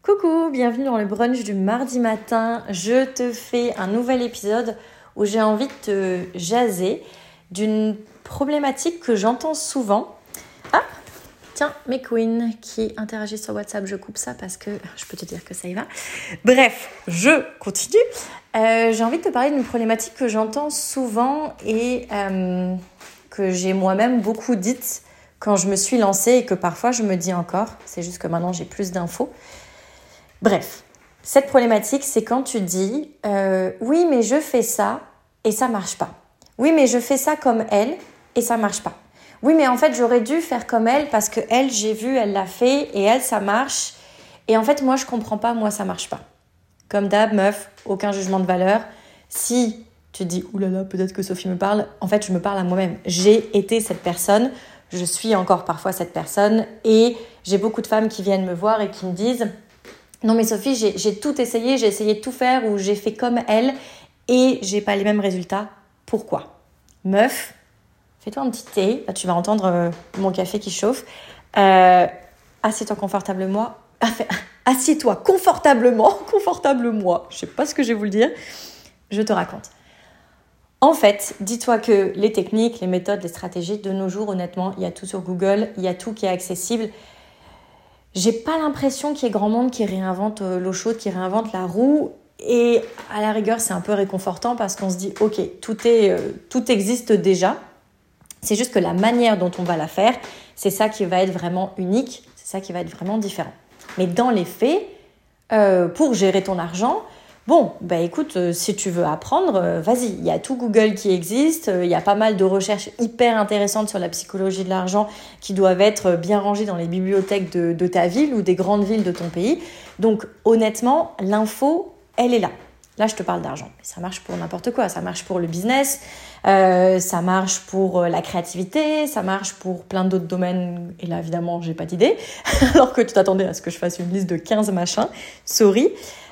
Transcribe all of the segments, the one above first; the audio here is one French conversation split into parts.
Coucou, bienvenue dans le brunch du mardi matin. Je te fais un nouvel épisode où j'ai envie de te jaser d'une problématique que j'entends souvent. Ah, tiens, mes queens qui interagissent sur WhatsApp, je coupe ça parce que je peux te dire que ça y va. Bref, je continue. J'ai envie de te parler d'une problématique que j'entends souvent et que j'ai moi-même beaucoup dite quand je me suis lancée et que parfois je me dis encore. C'est juste que maintenant j'ai plus d'infos. Bref, cette problématique, c'est quand tu dis oui, mais je fais ça et ça marche pas. Oui, mais je fais ça comme elle et ça marche pas. Oui, mais en fait, j'aurais dû faire comme elle parce que elle, j'ai vu, elle l'a fait et elle, ça marche. Et en fait, moi, je comprends pas, moi, ça marche pas. Comme d'hab, meuf, aucun jugement de valeur. Si tu te dis oulala, peut-être que Sophie me parle, en fait, je me parle à moi-même. J'ai été cette personne, je suis encore parfois cette personne et j'ai beaucoup de femmes qui viennent me voir et qui me disent non mais Sophie, j'ai tout essayé, j'ai essayé de tout faire ou j'ai fait comme elle et j'ai pas les mêmes résultats. Pourquoi ? Meuf, fais-toi un petit thé. Là, tu vas entendre mon café qui chauffe. Assieds-toi confortablement. Assieds-toi confortablement. Je sais pas ce que je vais vous le dire. Je te raconte. En fait, dis-toi que les techniques, les méthodes, les stratégies, de nos jours, honnêtement, il y a tout sur Google, il y a tout qui est accessible. J'ai pas l'impression qu'il y ait grand monde qui réinvente l'eau chaude, qui réinvente la roue. Et à la rigueur, c'est un peu réconfortant parce qu'on se dit, ok, tout existe déjà. C'est juste que la manière dont on va la faire, c'est ça qui va être vraiment unique, c'est ça qui va être vraiment différent. Mais dans les faits, pour gérer ton argent, bon, bah écoute, si tu veux apprendre, vas-y, il y a tout Google qui existe, il y a pas mal de recherches hyper intéressantes sur la psychologie de l'argent qui doivent être bien rangées dans les bibliothèques de ta ville ou des grandes villes de ton pays. Donc honnêtement, l'info, elle est là. Là, je te parle d'argent. Ça marche pour n'importe quoi. Ça marche pour le business, ça marche pour la créativité, ça marche pour plein d'autres domaines. Et là, évidemment, j'ai pas d'idée. Alors que tu t'attendais à ce que je fasse une liste de 15 machins. Sorry.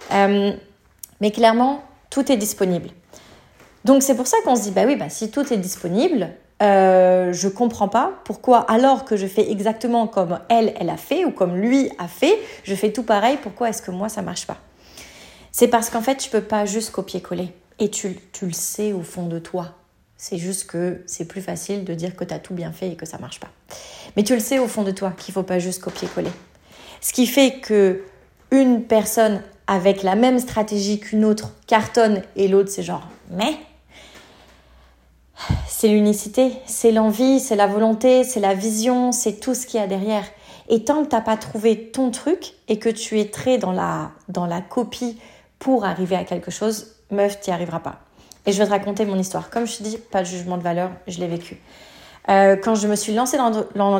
Mais clairement, tout est disponible. Donc, c'est pour ça qu'on se dit, bah oui, si tout est disponible, je comprends pas pourquoi, alors que je fais exactement comme elle a fait ou comme lui a fait, je fais tout pareil, pourquoi est-ce que moi, ça marche pas ? C'est parce qu'en fait, tu peux pas juste copier-coller. Et tu le sais au fond de toi. C'est juste que c'est plus facile de dire que tu as tout bien fait et que ça marche pas. Mais tu le sais au fond de toi qu'il faut pas juste copier-coller. Ce qui fait que une personne avec la même stratégie qu'une autre cartonne et l'autre c'est genre mais c'est l'unicité, c'est l'envie, c'est la volonté, c'est la vision, c'est tout ce qu'il y a derrière. Et tant que tu n'as pas trouvé ton truc et que tu es très dans la copie pour arriver à quelque chose, meuf, tu n'y arriveras pas. Et je vais te raconter mon histoire. Comme je te dis, pas de jugement de valeur, je l'ai vécu. Quand je me suis lancée dans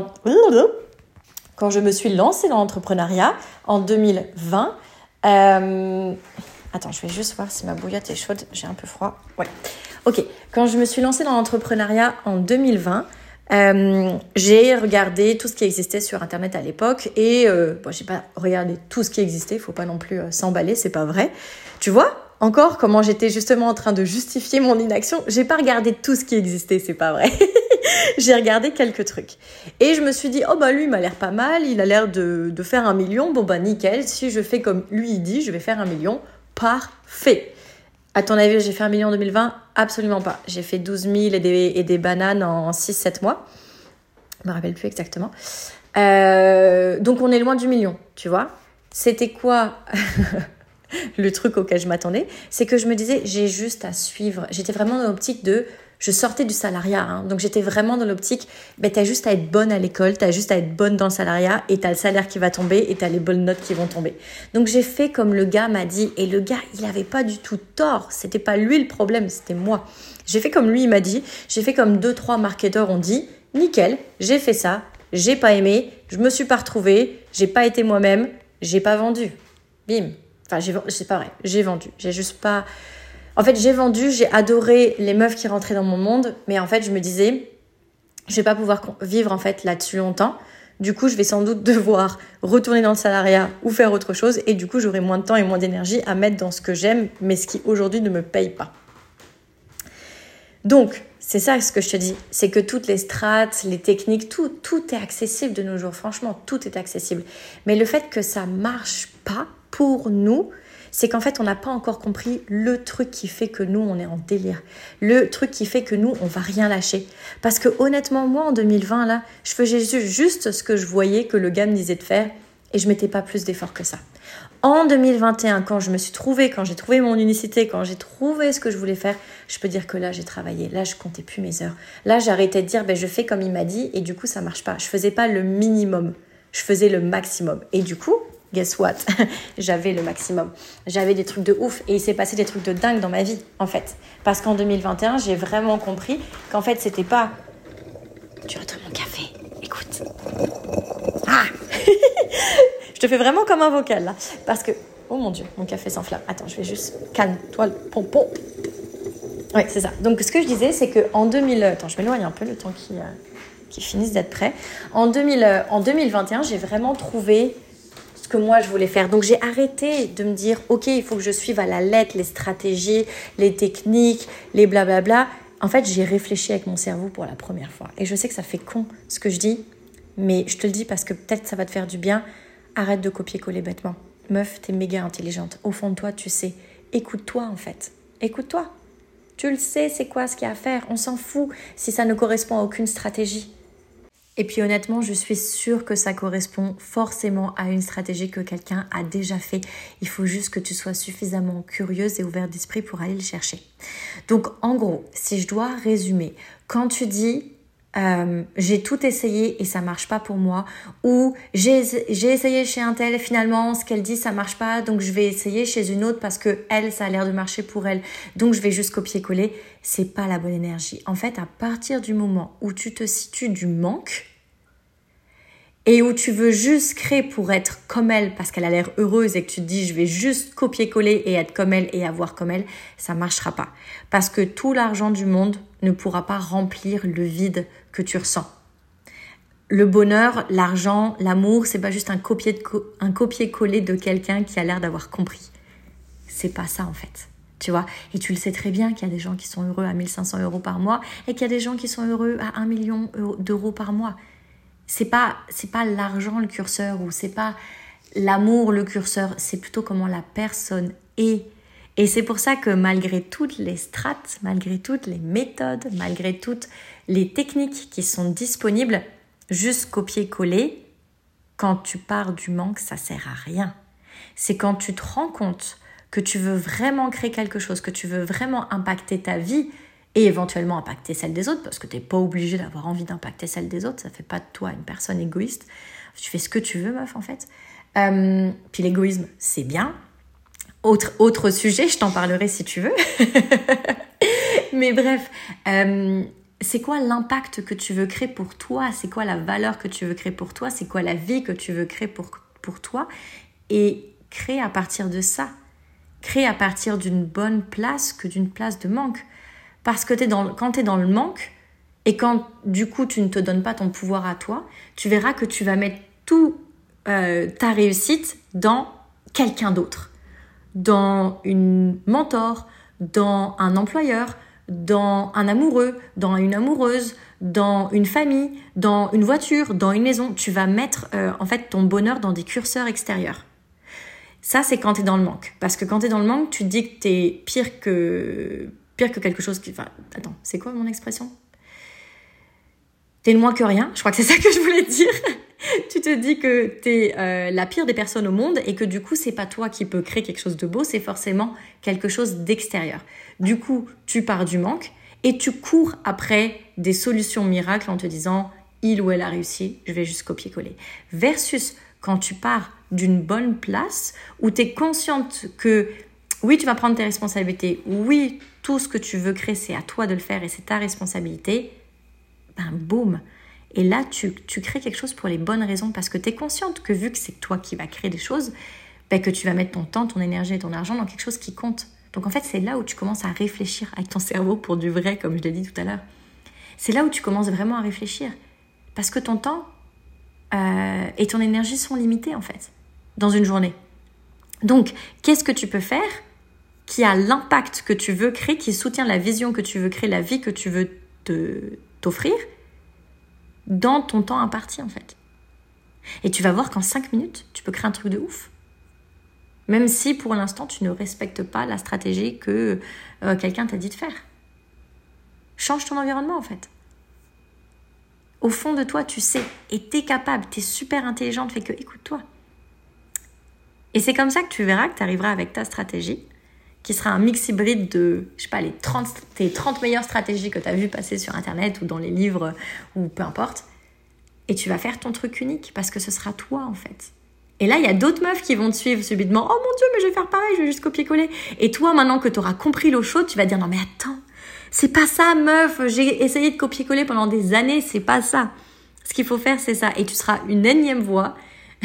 l'entrepreneuriat en 2020, attends, je vais juste voir si ma bouillotte est chaude, j'ai un peu froid. Ouais. Ok, quand je me suis lancée dans l'entrepreneuriat en 2020, j'ai regardé tout ce qui existait sur internet à l'époque et j'ai pas regardé tout ce qui existait, faut pas non plus s'emballer, c'est pas vrai. Tu vois encore comment j'étais justement en train de justifier mon inaction, j'ai pas regardé tout ce qui existait, c'est pas vrai. J'ai regardé quelques trucs et je me suis dit lui il m'a l'air pas mal, il a l'air de faire 1 million, nickel, si je fais comme lui il dit, je vais faire 1 million, parfait. À ton avis, j'ai fait 1 million en 2020 ? Absolument pas. J'ai fait 12 000 et des bananes en 6-7 mois. Je me rappelle plus exactement. Donc, on est loin du million, tu vois. C'était quoi le truc auquel je m'attendais ? C'est que je me disais, j'ai juste à suivre. J'étais vraiment dans l'optique de... Je sortais du salariat, donc j'étais vraiment dans l'optique, t'as juste à être bonne à l'école, t'as juste à être bonne dans le salariat et t'as le salaire qui va tomber et t'as les bonnes notes qui vont tomber. Donc j'ai fait comme le gars m'a dit et le gars, il avait pas du tout tort, c'était pas lui le problème, c'était moi. J'ai fait comme lui, il m'a dit, j'ai fait comme 2-3 marketeurs ont dit, nickel, j'ai fait ça, j'ai pas aimé, je me suis pas retrouvée, j'ai pas été moi-même, j'ai pas vendu. Bim. Enfin, c'est pas vrai, j'ai vendu, j'ai juste pas... En fait, j'ai vendu, j'ai adoré les meufs qui rentraient dans mon monde, mais en fait, je me disais, je vais pas pouvoir vivre en fait là-dessus longtemps. Du coup, je vais sans doute devoir retourner dans le salariat ou faire autre chose, et du coup, j'aurai moins de temps et moins d'énergie à mettre dans ce que j'aime, mais ce qui aujourd'hui ne me paye pas. Donc, c'est ça ce que je te dis, c'est que toutes les strates, les techniques, tout est accessible de nos jours. Franchement, tout est accessible. Mais le fait que ça marche pas, pour nous, c'est qu'en fait, on n'a pas encore compris le truc qui fait que nous, on est en délire. Le truc qui fait que nous, on va rien lâcher. Parce que honnêtement, moi, en 2020, là, je faisais juste ce que je voyais que le gars me disait de faire et je mettais pas plus d'efforts que ça. En 2021, quand j'ai trouvé mon unicité, quand j'ai trouvé ce que je voulais faire, je peux dire que là, j'ai travaillé. Là, je comptais plus mes heures. Là, j'ai arrêté de dire, je fais comme il m'a dit et du coup, ça marche pas. Je faisais pas le minimum. Je faisais le maximum. Et du coup, guess what? J'avais le maximum. J'avais des trucs de ouf et il s'est passé des trucs de dingue dans ma vie, en fait. Parce qu'en 2021, j'ai vraiment compris qu'en fait, c'était pas... Tu retires mon café. Écoute. Ah Je te fais vraiment comme un vocal, là. Parce que... Oh mon Dieu, mon café s'enflamme. Attends, je vais juste... Calme-toi le pompon. Oui, c'est ça. Donc, ce que je disais, c'est qu'en 2000... Attends, je m'éloigne un peu le temps qui finisse d'être prêt. En 2021, j'ai vraiment trouvé ce que moi, je voulais faire. Donc, j'ai arrêté de me dire, OK, il faut que je suive à la lettre les stratégies, les techniques, les blablabla. En fait, j'ai réfléchi avec mon cerveau pour la première fois. Et je sais que ça fait con ce que je dis, mais je te le dis parce que peut-être ça va te faire du bien. Arrête de copier-coller bêtement. Meuf, t'es méga intelligente. Au fond de toi, tu sais. Écoute-toi, en fait. Écoute-toi. Tu le sais, c'est quoi ce qu'il y a à faire. On s'en fout si ça ne correspond à aucune stratégie. Et puis honnêtement, je suis sûre que ça correspond forcément à une stratégie que quelqu'un a déjà fait. Il faut juste que tu sois suffisamment curieuse et ouverte d'esprit pour aller le chercher. Donc en gros, si je dois résumer, quand tu dis j'ai tout essayé et ça marche pas pour moi, ou j'ai essayé chez un tel, finalement ce qu'elle dit ça marche pas, donc je vais essayer chez une autre parce que elle ça a l'air de marcher pour elle, donc je vais juste copier-coller, c'est pas la bonne énergie. En fait, à partir du moment où tu te situes du manque et où tu veux juste créer pour être comme elle parce qu'elle a l'air heureuse et que tu te dis je vais juste copier-coller et être comme elle et avoir comme elle, ça marchera pas. Parce que tout l'argent du monde ne pourra pas remplir le vide que tu ressens. Le bonheur, l'argent, l'amour, c'est pas juste un copier-coller de quelqu'un qui a l'air d'avoir compris. C'est pas ça en fait. Tu vois, et tu le sais très bien qu'il y a des gens qui sont heureux à 1500 € par mois et qu'il y a des gens qui sont heureux à 1 million d'euros par mois. C'est pas l'argent le curseur ou c'est pas l'amour le curseur, c'est plutôt comment la personne est. Et c'est pour ça que malgré toutes les strates, malgré toutes les méthodes, malgré toutes les techniques qui sont disponibles, juste copier-coller, quand tu pars du manque, ça sert à rien. C'est quand tu te rends compte que tu veux vraiment créer quelque chose, que tu veux vraiment impacter ta vie et éventuellement impacter celle des autres, parce que tu n'es pas obligé d'avoir envie d'impacter celle des autres, ça ne fait pas de toi une personne égoïste. Tu fais ce que tu veux, meuf, en fait. Puis l'égoïsme, c'est bien. Autre sujet, je t'en parlerai si tu veux. Mais bref, c'est quoi l'impact que tu veux créer pour toi? C'est quoi la valeur que tu veux créer pour toi? C'est quoi la vie que tu veux créer pour toi? Et crée à partir de ça. Crée à partir d'une bonne place que d'une place de manque. Parce que quand tu es dans le manque et quand du coup tu ne te donnes pas ton pouvoir à toi, tu verras que tu vas mettre tout ta réussite dans quelqu'un d'autre. Dans une mentor, dans un employeur, dans un amoureux, dans une amoureuse, dans une famille, dans une voiture, dans une maison. Tu vas mettre en fait ton bonheur dans des curseurs extérieurs. Ça, c'est quand tu es dans le manque. Parce que quand tu es dans le manque, tu te dis que tu es pire que quelque chose qui... Enfin, attends, c'est quoi mon expression? T'es le moins que rien, je crois que c'est ça que je voulais dire. Tu te dis que t'es la pire des personnes au monde et que du coup, c'est pas toi qui peux créer quelque chose de beau, c'est forcément quelque chose d'extérieur. Du coup, tu pars du manque et tu cours après des solutions miracles en te disant « il ou elle a réussi, je vais juste copier-coller ». Versus quand tu pars d'une bonne place où t'es consciente que oui, tu vas prendre tes responsabilités, oui, tout ce que tu veux créer, c'est à toi de le faire et c'est ta responsabilité, ben boum. Et là, tu crées quelque chose pour les bonnes raisons parce que tu es consciente que vu que c'est toi qui vas créer des choses, ben que tu vas mettre ton temps, ton énergie et ton argent dans quelque chose qui compte. Donc en fait, c'est là où tu commences à réfléchir avec ton cerveau pour du vrai, comme je l'ai dit tout à l'heure. C'est là où tu commences vraiment à réfléchir. Parce que ton temps et ton énergie sont limités en fait, dans une journée. Donc, qu'est-ce que tu peux faire qui a l'impact que tu veux créer, qui soutient la vision que tu veux créer, la vie que tu veux t'offrir dans ton temps imparti en fait. Et tu vas voir qu'en 5 minutes, tu peux créer un truc de ouf. Même si pour l'instant, tu ne respectes pas la stratégie que quelqu'un t'a dit de faire. Change ton environnement en fait. Au fond de toi, tu sais, et t'es capable, t'es super intelligente, fait que écoute-toi. Et c'est comme ça que tu verras que tu arriveras avec ta stratégie, qui sera un mix hybride de, je sais pas, tes 30 meilleures stratégies que tu as vues passer sur Internet ou dans les livres ou peu importe. Et tu vas faire ton truc unique parce que ce sera toi en fait. Et là, il y a d'autres meufs qui vont te suivre subitement. « Oh mon Dieu, mais je vais faire pareil, je vais juste copier-coller. » Et toi, maintenant que tu auras compris l'eau chaude, tu vas dire « Non mais attends, c'est pas ça meuf, j'ai essayé de copier-coller pendant des années, c'est pas ça. » Ce qu'il faut faire, c'est ça. Et tu seras une énième voix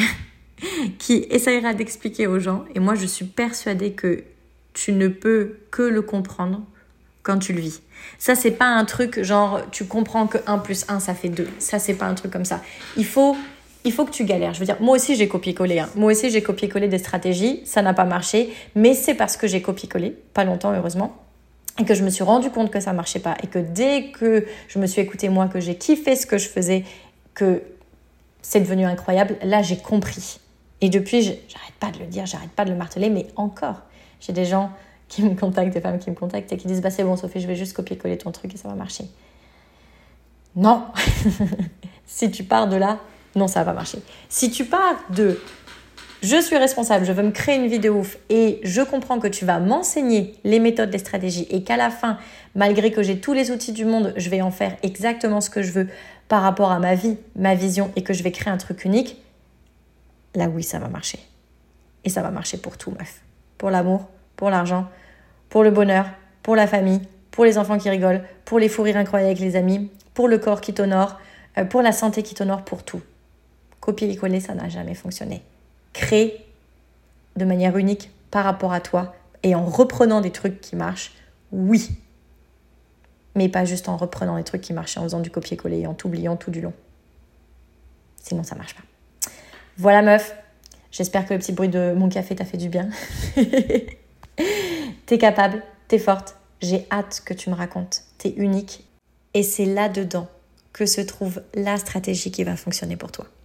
qui essayera d'expliquer aux gens. Et moi, je suis persuadée que tu ne peux que le comprendre quand tu le vis. Ça, c'est pas un truc genre tu comprends que 1 + 1, ça fait 2. Ça, c'est pas un truc comme ça. Il faut que tu galères. Je veux dire, moi aussi, j'ai copié-collé. Moi aussi, j'ai copié-collé des stratégies. Ça n'a pas marché. Mais c'est parce que j'ai copié-collé, pas longtemps, heureusement, et que je me suis rendu compte que ça marchait pas. Et que dès que je me suis écoutée moi, que j'ai kiffé ce que je faisais, que c'est devenu incroyable, là, j'ai compris. Et depuis, j'arrête pas de le dire, j'arrête pas de le marteler, mais encore, j'ai des gens qui me contactent, des femmes qui me contactent et qui disent « Bah c'est bon Sophie, je vais juste copier-coller ton truc et ça va marcher. » Non. Si tu pars de là, non, ça va pas marcher. Si tu pars de « Je suis responsable, je veux me créer une vie de ouf et je comprends que tu vas m'enseigner les méthodes, les stratégies et qu'à la fin, malgré que j'ai tous les outils du monde, je vais en faire exactement ce que je veux par rapport à ma vie, ma vision et que je vais créer un truc unique », là oui, ça va marcher. Et ça va marcher pour tout, meuf. Pour l'amour, pour l'argent, pour le bonheur, pour la famille, pour les enfants qui rigolent, pour les fous rires incroyables avec les amis, pour le corps qui t'honore, pour la santé qui t'honore, pour tout. Copier et coller, ça n'a jamais fonctionné. Crée de manière unique par rapport à toi et en reprenant des trucs qui marchent, oui. Mais pas juste en reprenant des trucs qui marchent et en faisant du copier-coller et en t'oubliant tout du long. Sinon, ça marche pas. Voilà meuf, j'espère que le petit bruit de mon café t'a fait du bien. T'es capable, t'es forte, j'ai hâte que tu me racontes, t'es unique. Et c'est là-dedans que se trouve la stratégie qui va fonctionner pour toi.